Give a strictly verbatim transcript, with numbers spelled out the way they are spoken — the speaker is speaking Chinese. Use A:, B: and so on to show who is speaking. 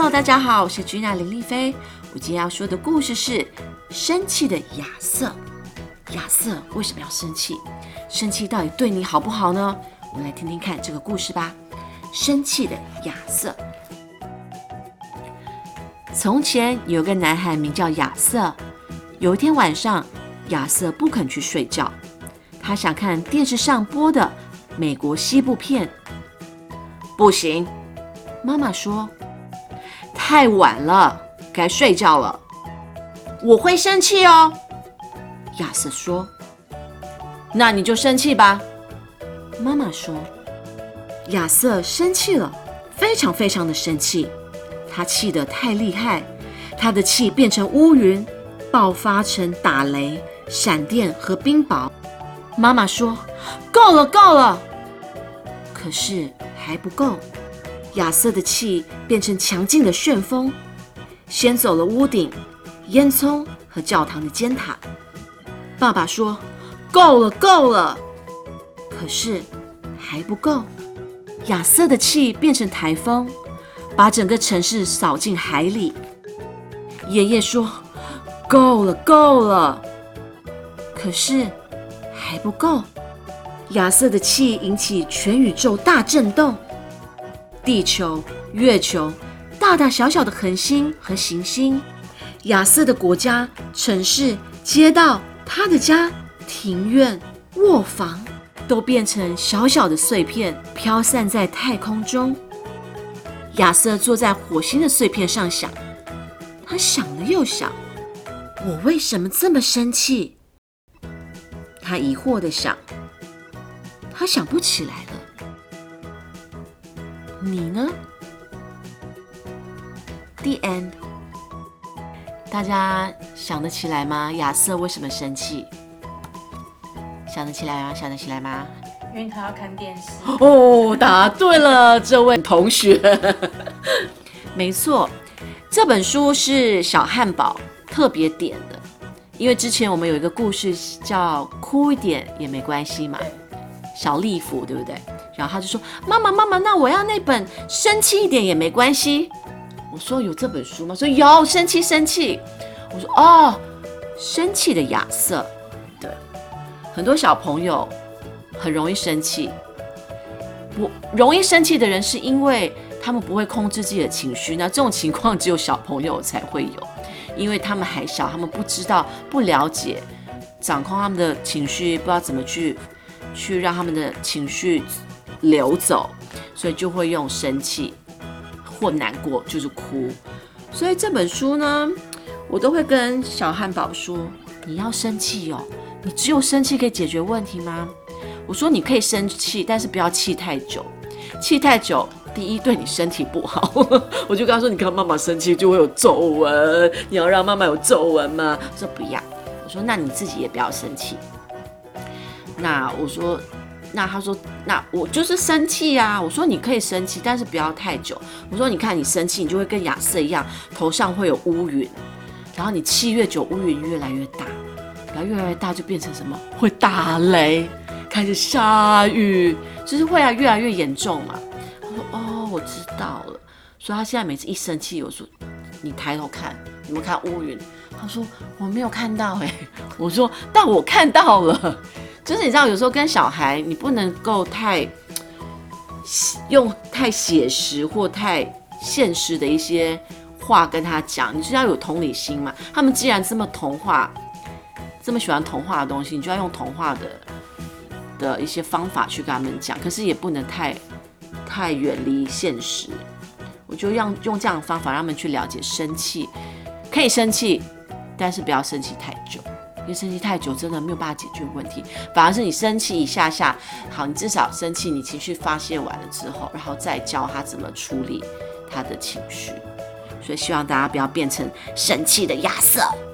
A: Hello， 大家好，我是君娜林丽菲。我今天要说的故事是生气的亚瑟。亚瑟为什么要生气？生气到底对你好不好呢？我们来听听看这个故事吧。生气的亚瑟。从前有个男孩名叫亚瑟。有一天晚上，亚瑟不肯去睡觉，他想看电视上播的美国西部片。不行，妈妈说，太晚了，该睡觉了。我会生气哦，亚瑟说。那你就生气吧，妈妈说。亚瑟生气了，非常非常的生气，他气得太厉害，他的气变成乌云，爆发成打雷、闪电和冰雹。妈妈说，够了够了，可是还不够。亚瑟的气变成强劲的旋风，掀走了屋顶、烟囱和教堂的尖塔。爸爸说，够了够了，可是还不够。亚瑟的气变成台风，把整个城市扫进海里。爷爷说，够了够了，可是还不够。亚瑟的气引起全宇宙大震动，地球、月球、大大小小的恒星和行星，亚瑟的国家、城市、街道、他的家、庭院、卧房，都变成小小的碎片，飘散在太空中。亚瑟坐在火星的碎片上想，他想了又想，我为什么这么生气？他疑惑地想，他想不起来了。你呢？ The end。 大家想得起来吗？亚瑟为什么生气？想得起来吗？想得起来吗？
B: 因为他要看电视。
A: 哦，答对了，这位同学。没错，这本书是小汉堡特别点的，因为之前我们有一个故事叫“哭一点也没关系”嘛，小利弗对不对？然后他就说：“妈妈，妈妈，那我要那本生气一点也没关系。”我说：“有这本书吗？”说：“有，生气生气。”我说：“哦，生气的亚瑟。”对，很多小朋友很容易生气。不容易生气的人是因为他们不会控制自己的情绪，那这种情况只有小朋友才会有，因为他们还小，他们不知道、不了解掌控他们的情绪，不知道怎么去去让他们的情绪流走，所以就会用生气或难过，就是哭。所以这本书呢，我都会跟小汉堡说：“你要生气哦，你只有生气可以解决问题吗？”我说：“你可以生气，但是不要气太久。气太久，第一对你身体不好。”我就跟他说：“你看妈妈生气就会有皱纹，你要让妈妈有皱纹吗？”我说：“不要。”我说：“那你自己也不要生气。”那我说。那他说，那我就是生气啊。我说你可以生气，但是不要太久。我说你看你生气，你就会跟亚瑟一样，头上会有乌云，然后你气越久，乌云越来越大，然后越来越大就变成什么？会打雷，开始下雨，就是会啊越来越严重嘛。他说哦，我知道了。所以他现在每次一生气，我说你抬头看，有没有看乌云？他说我没有看到哎、欸。我说但我看到了。就是你知道，有时候跟小孩，你不能够太用太写实或太现实的一些话跟他讲，你是要有同理心嘛。他们既然这么童话，这么喜欢童话的东西，你就要用童话的的一些方法去跟他们讲，可是也不能太太远离现实。我就用用这样的方法让他们去了解生气，可以生气，但是不要生气太久。因为生气太久真的没有办法解决问题，反而是你生气一下下，好，你至少生气，你情绪发泄完了之后，然后再教他怎么处理他的情绪。所以希望大家不要变成生气的亚瑟。